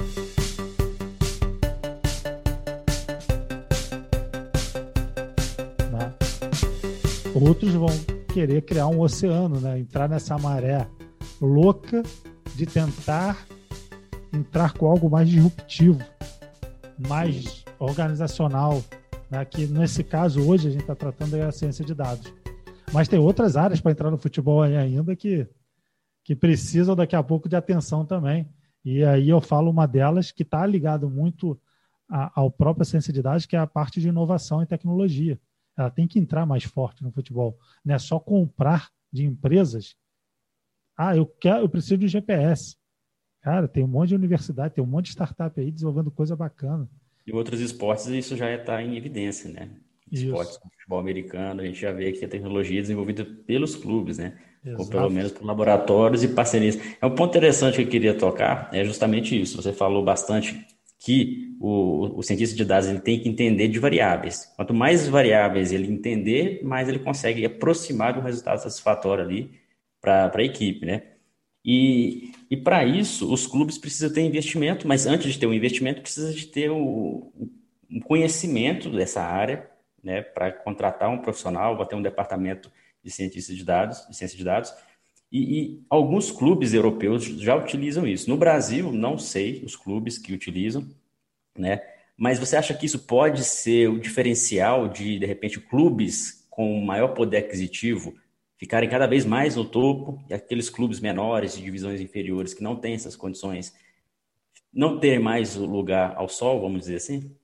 Outros vão querer criar um oceano, entrar nessa maré louca de tentar entrar com algo mais disruptivo, mais organizacional, que nesse caso hoje a gente está tratando da ciência de dados. Mas tem outras áreas para entrar no futebol ainda que precisam daqui a pouco de atenção também. E aí eu falo uma delas que está ligado muito ao próprio ciência de dados, que é a parte de inovação e tecnologia. Ela tem que entrar mais forte no futebol. Não é só comprar de empresas Eu preciso de um GPS. Cara, tem um monte de universidade, tem um monte de startup aí desenvolvendo coisa bacana. Em outros esportes, isso já está em evidência, né? Esportes Isso, como futebol americano, a gente já vê que a tecnologia é desenvolvida pelos clubes, né? Ou pelo exato. menos por laboratórios e parcerias. É um ponto interessante que eu queria tocar, é justamente isso. Você falou bastante que o cientista de dados ele tem que entender de variáveis. Quanto mais variáveis ele entender, mais ele consegue aproximar de um resultado satisfatório ali para a equipe, né? E para isso, os clubes precisam ter investimento, mas antes de ter um investimento, precisa de ter um conhecimento dessa área, né, para contratar um profissional, vai ter um departamento de cientista de dados, de ciência de dados, e alguns clubes europeus já utilizam isso. No Brasil, não sei os clubes que utilizam, né, mas você acha que isso pode ser o diferencial de repente, clubes com maior poder aquisitivo ficarem cada vez mais no topo e aqueles clubes menores de divisões inferiores que não têm essas condições não terem mais o lugar ao sol, vamos dizer assim?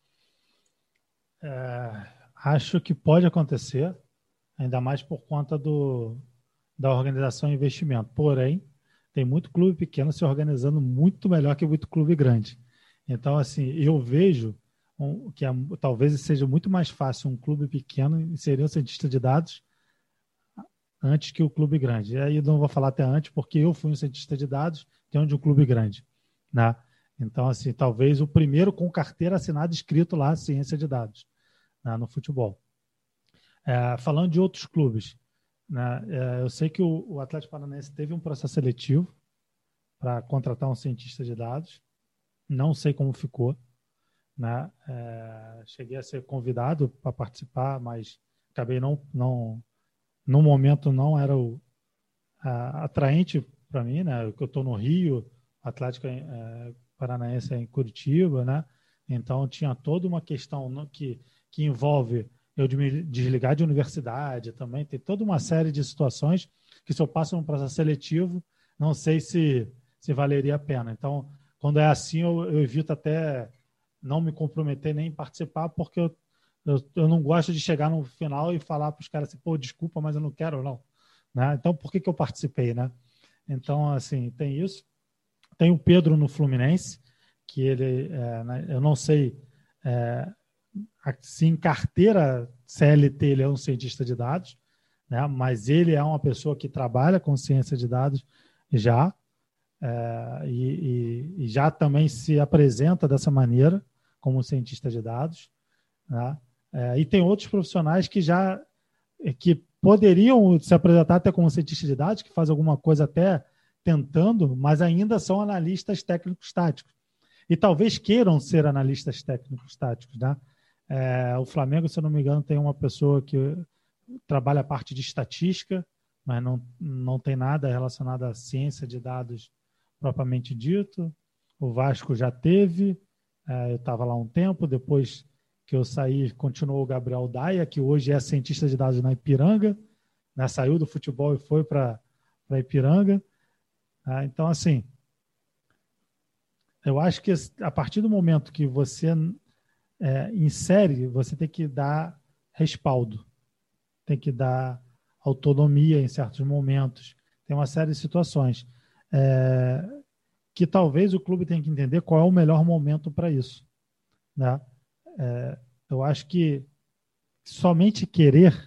Acho que pode acontecer, ainda mais por conta da organização e investimento. Porém, tem muito clube pequeno se organizando muito melhor que muito clube grande. Então, assim, eu vejo que talvez seja muito mais fácil um clube pequeno inserir um cientista de dados antes que o clube grande. E aí não vou falar até antes, porque eu fui um cientista de dados dentro de um clube grande, né? Então, assim, talvez o primeiro com carteira assinada escrito lá, ciência de dados, né, no futebol. Falando de outros clubes, né, eu sei que o Atlético Paranaense teve um processo seletivo para contratar um cientista de dados, não sei como ficou, né? Cheguei a ser convidado para participar, mas acabei no momento não era atraente para mim, né? Eu estou no Rio, Atlético Paranaense é em Curitiba, né? Então tinha toda uma questão que envolve eu de me desligar de universidade também, tem toda uma série de situações que se eu passo num processo seletivo, não sei se valeria a pena. Então, quando é assim, eu evito até não me comprometer nem participar, porque eu não gosto de chegar no final e falar para os caras assim, pô, desculpa, mas eu não quero, não. Né? Então, por que eu participei, né? Então, assim, tem isso. Tem o Pedro no Fluminense, que ele, né, eu não sei se em carteira CLT ele é um cientista de dados, né? Mas ele é uma pessoa que trabalha com ciência de dados já, e já também se apresenta dessa maneira como cientista de dados, né? E tem outros profissionais que poderiam se apresentar até como cientista de dados, que faz alguma coisa até tentando, mas ainda são analistas técnicos táticos. E talvez queiram ser analistas técnicos táticos, né? O Flamengo, se eu não me engano, tem uma pessoa que trabalha a parte de estatística, mas não tem nada relacionado à ciência de dados propriamente dito. O Vasco já teve, eu estava lá um tempo, depois que eu saí, continuou o Gabriel Daia, que hoje é cientista de dados na Ipiranga, né? Saiu do futebol e foi para Ipiranga. Então, assim, eu acho que a partir do momento que você insere, você tem que dar respaldo, tem que dar autonomia em certos momentos, tem uma série de situações que talvez o clube tenha que entender qual é o melhor momento para isso, né? Eu acho que somente querer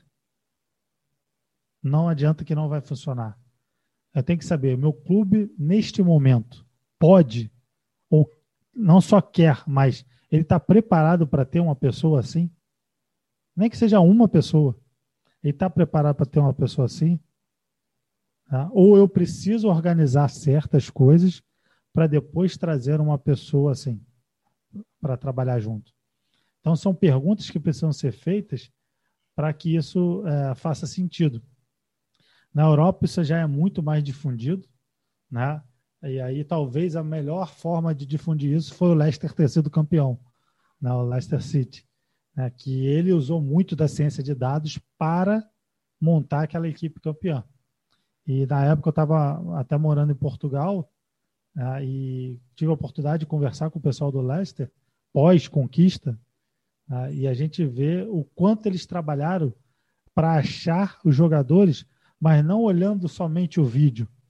não adianta, que não vai funcionar. Eu tenho que saber, meu clube neste momento pode, ou não só quer, mas ele está preparado para ter uma pessoa assim? Nem que seja uma pessoa. Ele está preparado para ter uma pessoa assim? Tá? Ou eu preciso organizar certas coisas para depois trazer uma pessoa assim, para trabalhar junto. Então, são perguntas que precisam ser feitas para que isso faça sentido. Na Europa, isso já é muito mais difundido, né? E aí, talvez a melhor forma de difundir isso foi o Leicester ter sido campeão, né? O Leicester City, né? Que ele usou muito da ciência de dados para montar aquela equipe campeã. E na época eu estava até morando em Portugal, né? E tive a oportunidade de conversar com o pessoal do Leicester pós-conquista, né? E a gente vê o quanto eles trabalharam para achar os jogadores, mas não olhando somente o vídeo,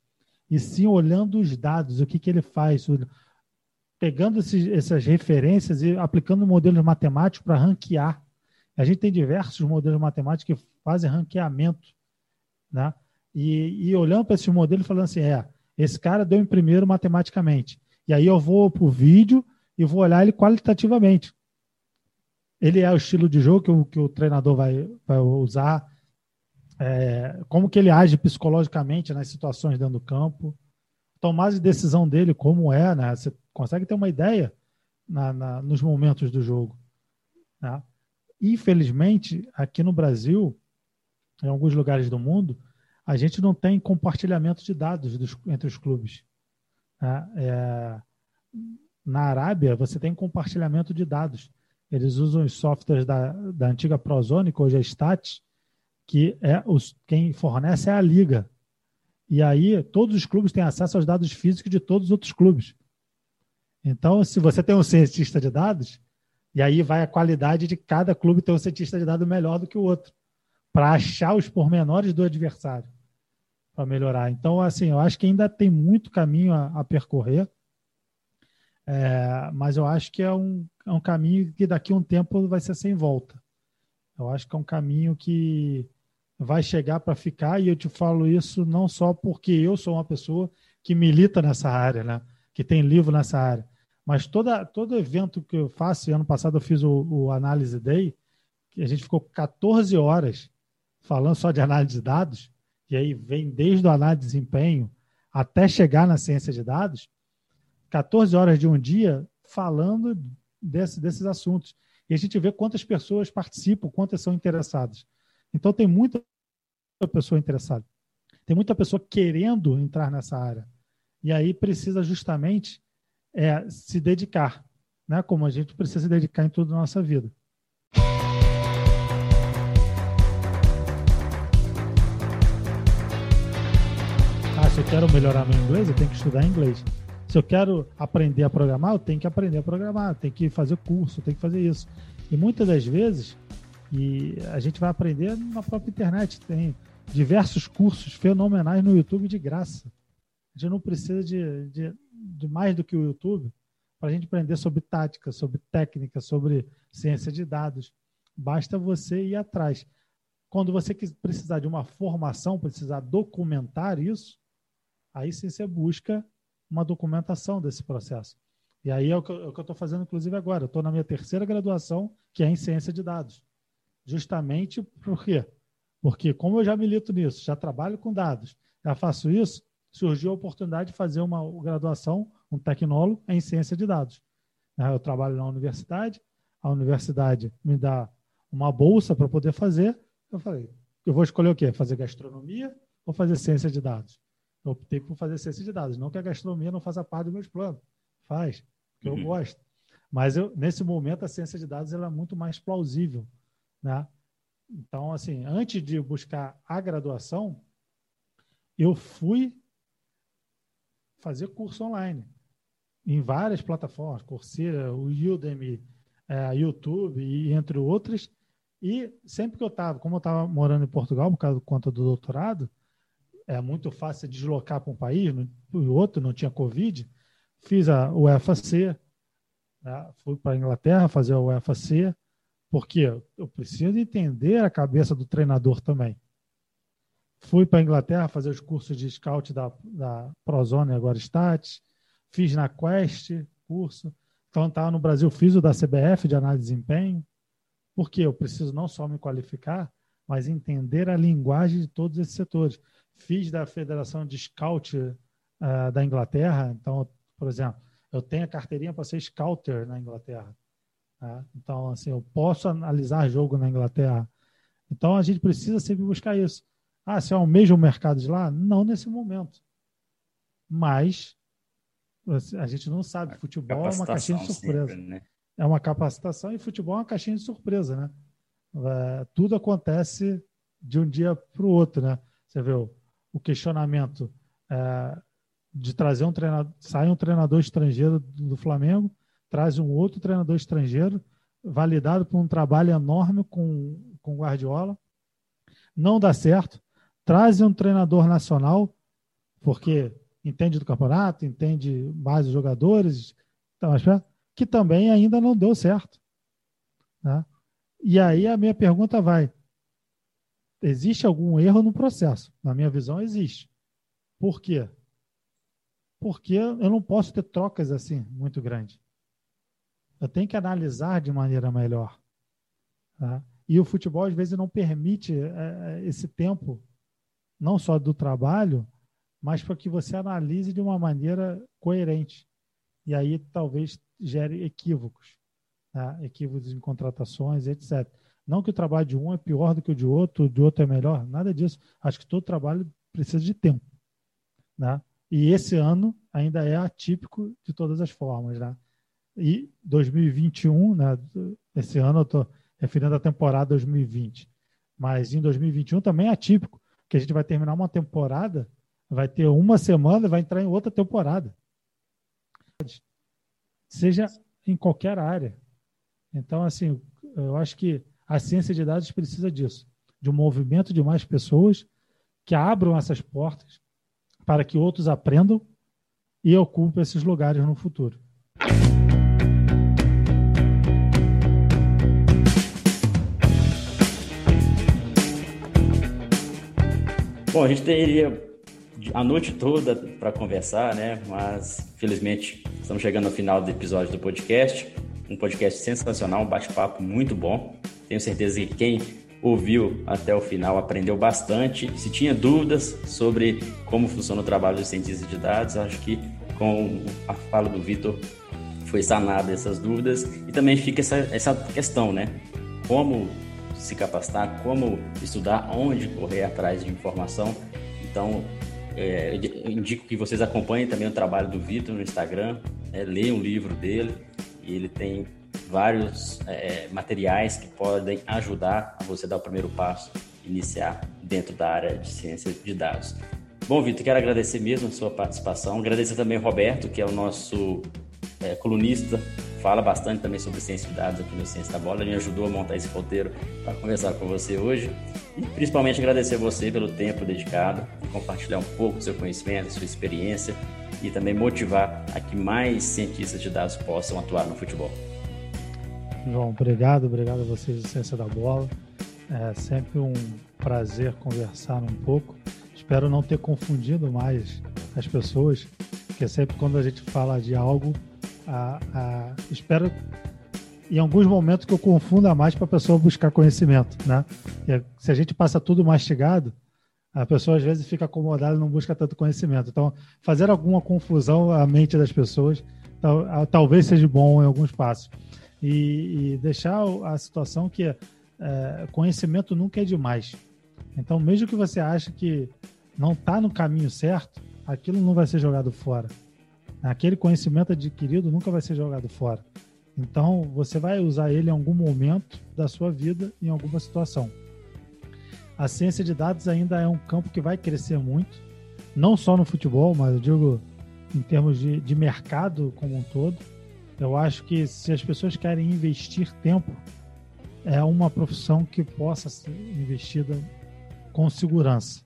e sim olhando os dados, o que ele faz, pegando essas referências e aplicando modelos matemáticos para ranquear. A gente tem diversos modelos matemáticos que fazem ranqueamento, né? E olhando para esses modelos e falando assim, esse cara deu em primeiro matematicamente. E aí eu vou para o vídeo e vou olhar ele qualitativamente. Ele é o estilo de jogo que o treinador vai usar, como que ele age psicologicamente nas situações dentro do campo, tomar de decisão dele como né? Você consegue ter uma ideia nos momentos do jogo, né? Infelizmente, aqui no Brasil, em alguns lugares do mundo, a gente não tem compartilhamento de dados entre os clubes, né? Na Arábia, você tem compartilhamento de dados. Eles usam os softwares da antiga Prozone, que hoje é Stat, que quem fornece é a liga. E aí, todos os clubes têm acesso aos dados físicos de todos os outros clubes. Então, se você tem um cientista de dados, e aí vai a qualidade de cada clube ter um cientista de dados melhor do que o outro, para achar os pormenores do adversário, para melhorar. Então, assim, eu acho que ainda tem muito caminho a percorrer, mas eu acho que é um caminho que daqui a um tempo vai ser sem volta. Eu acho que é um caminho que vai chegar para ficar, e eu te falo isso não só porque eu sou uma pessoa que milita nessa área, né? Que tem livro nessa área, mas todo evento que eu faço, e ano passado eu fiz o Análise Day, que a gente ficou 14 horas falando só de análise de dados, e aí vem desde o análise de desempenho até chegar na ciência de dados, 14 horas de um dia falando desses assuntos. E a gente vê quantas pessoas participam, quantas são interessadas. Então, tem muita pessoa interessada. Tem muita pessoa querendo entrar nessa área. E aí precisa justamente se dedicar, né? Como a gente precisa se dedicar em toda a nossa vida. Se eu quero melhorar meu inglês, eu tenho que estudar inglês. Se eu quero aprender a programar, eu tenho que aprender a programar, eu tenho que fazer curso, eu tenho que fazer isso. E muitas das vezes, a gente vai aprender na própria internet. Tem diversos cursos fenomenais no YouTube de graça. A gente não precisa de mais do que o YouTube para a gente aprender sobre tática, sobre técnica, sobre ciência de dados. Basta você ir atrás. Quando você precisar de uma formação, precisar documentar isso, aí sim você busca uma documentação desse processo. E aí é o que eu estou fazendo, inclusive, agora. Eu estou na minha terceira graduação, que é em ciência de dados. Justamente por quê? Porque como eu já milito nisso, já trabalho com dados, já faço isso, surgiu a oportunidade de fazer uma graduação, um tecnólogo em ciência de dados. Eu trabalho na universidade, a universidade me dá uma bolsa para poder fazer. Eu falei, eu vou escolher o quê? Fazer gastronomia ou fazer ciência de dados? Eu optei por fazer ciência de dados. Não que a gastronomia não faça parte dos meus planos. Faz, porque eu gosto. Mas nesse momento a ciência de dados ela é muito mais plausível, né? Então, assim, antes de buscar a graduação, eu fui fazer curso online em várias plataformas, Coursera, o Udemy, YouTube e entre outras. E sempre que eu estava, como eu estava morando em Portugal por conta do doutorado, é muito fácil deslocar para um país, para o outro, não tinha Covid. Fiz o UFAC, né? Fui para a Inglaterra fazer o UFAC, porque eu preciso entender a cabeça do treinador também. Fui para a Inglaterra fazer os cursos de scout da Prozone, agora Stats. Fiz na Quest curso. Então, estava no Brasil, fiz o da CBF de análise de desempenho. Porque eu preciso não só me qualificar, mas entender a linguagem de todos esses setores. Fiz da Federação de Scout da Inglaterra. Então, por exemplo, eu tenho a carteirinha para ser scouter na Inglaterra. Então, assim, eu posso analisar jogo na Inglaterra. Então, a gente precisa sempre buscar isso. Se eu almejo o mercado de lá? Não nesse momento. Mas a gente não sabe. Futebol é uma caixinha de surpresa. Sempre, né? É uma capacitação e futebol é uma caixinha de surpresa, né? Tudo acontece de um dia para o outro, né? Você vê o questionamento de trazer um treinador, sai um treinador estrangeiro do Flamengo, traz um outro treinador estrangeiro, validado por um trabalho enorme com o Guardiola, não dá certo, traz um treinador nacional, porque entende do campeonato, entende mais os jogadores, que também ainda não deu certo. Né? E aí a minha pergunta vai: existe algum erro no processo? Na minha visão, existe. Por quê? Porque eu não posso ter trocas assim muito grandes. Eu tenho que analisar de maneira melhor. Tá? E o futebol, às vezes, não permite esse tempo, não só do trabalho, mas para que você analise de uma maneira coerente. E aí talvez gere equívocos. Tá? Equívocos em contratações, etc. Não que o trabalho de um é pior do que o de outro é melhor, nada disso. Acho que todo trabalho precisa de tempo. Né? E esse ano ainda é atípico de todas as formas. Né? E 2021, né? Esse ano eu estou referindo à temporada 2020, mas em 2021 também é atípico, que a gente vai terminar uma temporada, vai ter uma semana e vai entrar em outra temporada. Seja em qualquer área. Então, assim, eu acho que a ciência de dados precisa disso, de um movimento de mais pessoas que abram essas portas para que outros aprendam e ocupem esses lugares no futuro. Bom, a gente teria a noite toda para conversar, né? Mas, felizmente, estamos chegando ao final do episódio do podcast. Um podcast sensacional, um bate-papo muito bom. Tenho certeza que quem ouviu até o final aprendeu bastante. Se tinha dúvidas sobre como funciona o trabalho dos cientistas de dados, acho que com a fala do Vitor foi sanada essas dúvidas. E também fica essa questão, né? Como se capacitar, como estudar, onde correr atrás de informação. Então, eu indico que vocês acompanhem também o trabalho do Vitor no Instagram, leiam o livro dele, e ele tem vários materiais que podem ajudar a você dar o primeiro passo, iniciar dentro da área de ciência de dados. Bom, Vitor, quero agradecer mesmo a sua participação, agradecer também ao Roberto, que é o nosso colunista, fala bastante também sobre ciência de dados aqui no Ciência da Bola, me ajudou a montar esse roteiro para conversar com você hoje, e principalmente agradecer você pelo tempo dedicado, e compartilhar um pouco do seu conhecimento, sua experiência, e também motivar a que mais cientistas de dados possam atuar no futebol. João, obrigado a vocês do Ciência da Bola, é sempre um prazer conversar um pouco, espero não ter confundido mais as pessoas, porque sempre quando a gente fala de algo, espero em alguns momentos que eu confunda mais para a pessoa buscar conhecimento, né? Se a gente passa tudo mastigado, a pessoa às vezes fica acomodada e não busca tanto conhecimento. Então, fazer alguma confusão à mente das pessoas talvez seja bom em alguns passos. E deixar a situação que conhecimento nunca é demais. Então, mesmo que você ache que não está no caminho certo, aquilo não vai ser jogado fora. Aquele conhecimento adquirido nunca vai ser jogado fora. Então, você vai usar ele em algum momento da sua vida, em alguma situação. A ciência de dados ainda é um campo que vai crescer muito, não só no futebol, mas eu digo em termos de mercado como um todo. Eu acho que se as pessoas querem investir tempo, é uma profissão que possa ser investida com segurança.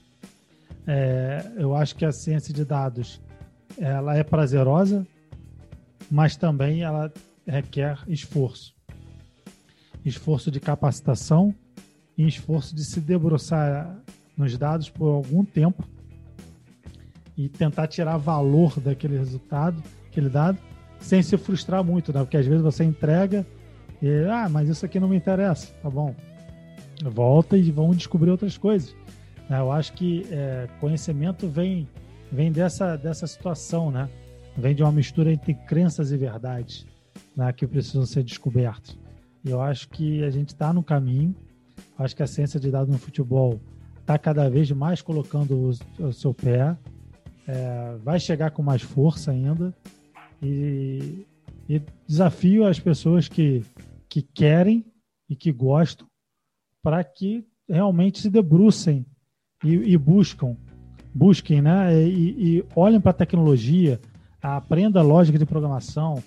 Eu acho que a ciência de dados ela é prazerosa, mas também ela requer esforço. Esforço de capacitação e esforço de se debruçar nos dados por algum tempo e tentar tirar valor daquele resultado, aquele dado, sem se frustrar muito, né? Porque às vezes você entrega e, mas isso aqui não me interessa, tá bom. Volta e vão descobrir outras coisas. Eu acho que conhecimento vem dessa situação, né? Vem de uma mistura entre crenças e verdades, né? Que precisam ser descobertas. E eu acho que a gente está no caminho. Acho que a ciência de dados no futebol está cada vez mais colocando o seu pé. Vai chegar com mais força ainda. E desafio as pessoas que querem e que gostam para que realmente se debrucem e busquem, né? E olhem para a tecnologia, aprenda a lógica de programação,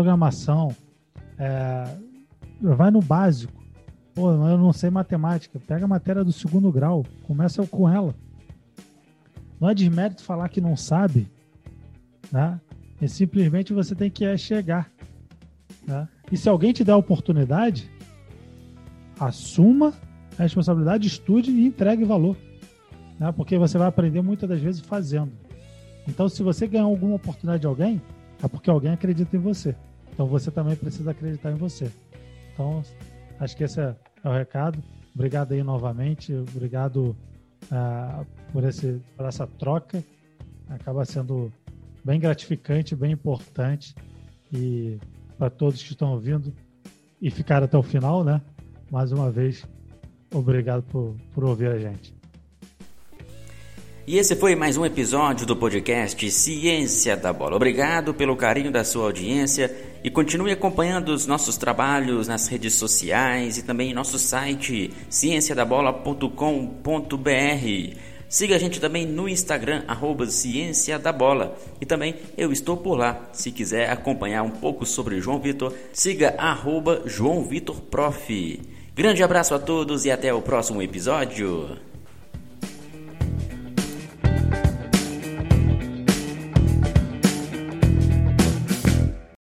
vai no básico. Pô, eu não sei matemática, pega a matéria do 2º grau, começa com ela. Não é desmérito falar que não sabe, né? E simplesmente você tem que chegar, né? E se alguém te der a oportunidade, assuma a responsabilidade, estude e entregue valor, né? Porque você vai aprender muitas das vezes fazendo. Então, se você ganhar alguma oportunidade de alguém, é porque alguém acredita em você. Então, você também precisa acreditar em você. Então, acho que esse é o recado. Obrigado aí novamente. Obrigado por essa troca. Acaba sendo bem gratificante, bem importante. E para todos que estão ouvindo e ficaram até o final, né? Mais uma vez, obrigado por ouvir a gente. E esse foi mais um episódio do podcast Ciência da Bola. Obrigado pelo carinho da sua audiência e continue acompanhando os nossos trabalhos nas redes sociais e também em nosso site cienciadabola.com.br. Siga a gente também no Instagram, @Ciência da Bola. E também eu estou por lá. Se quiser acompanhar um pouco sobre João Vitor, siga @JoãoVitorProf. Grande abraço a todos e até o próximo episódio.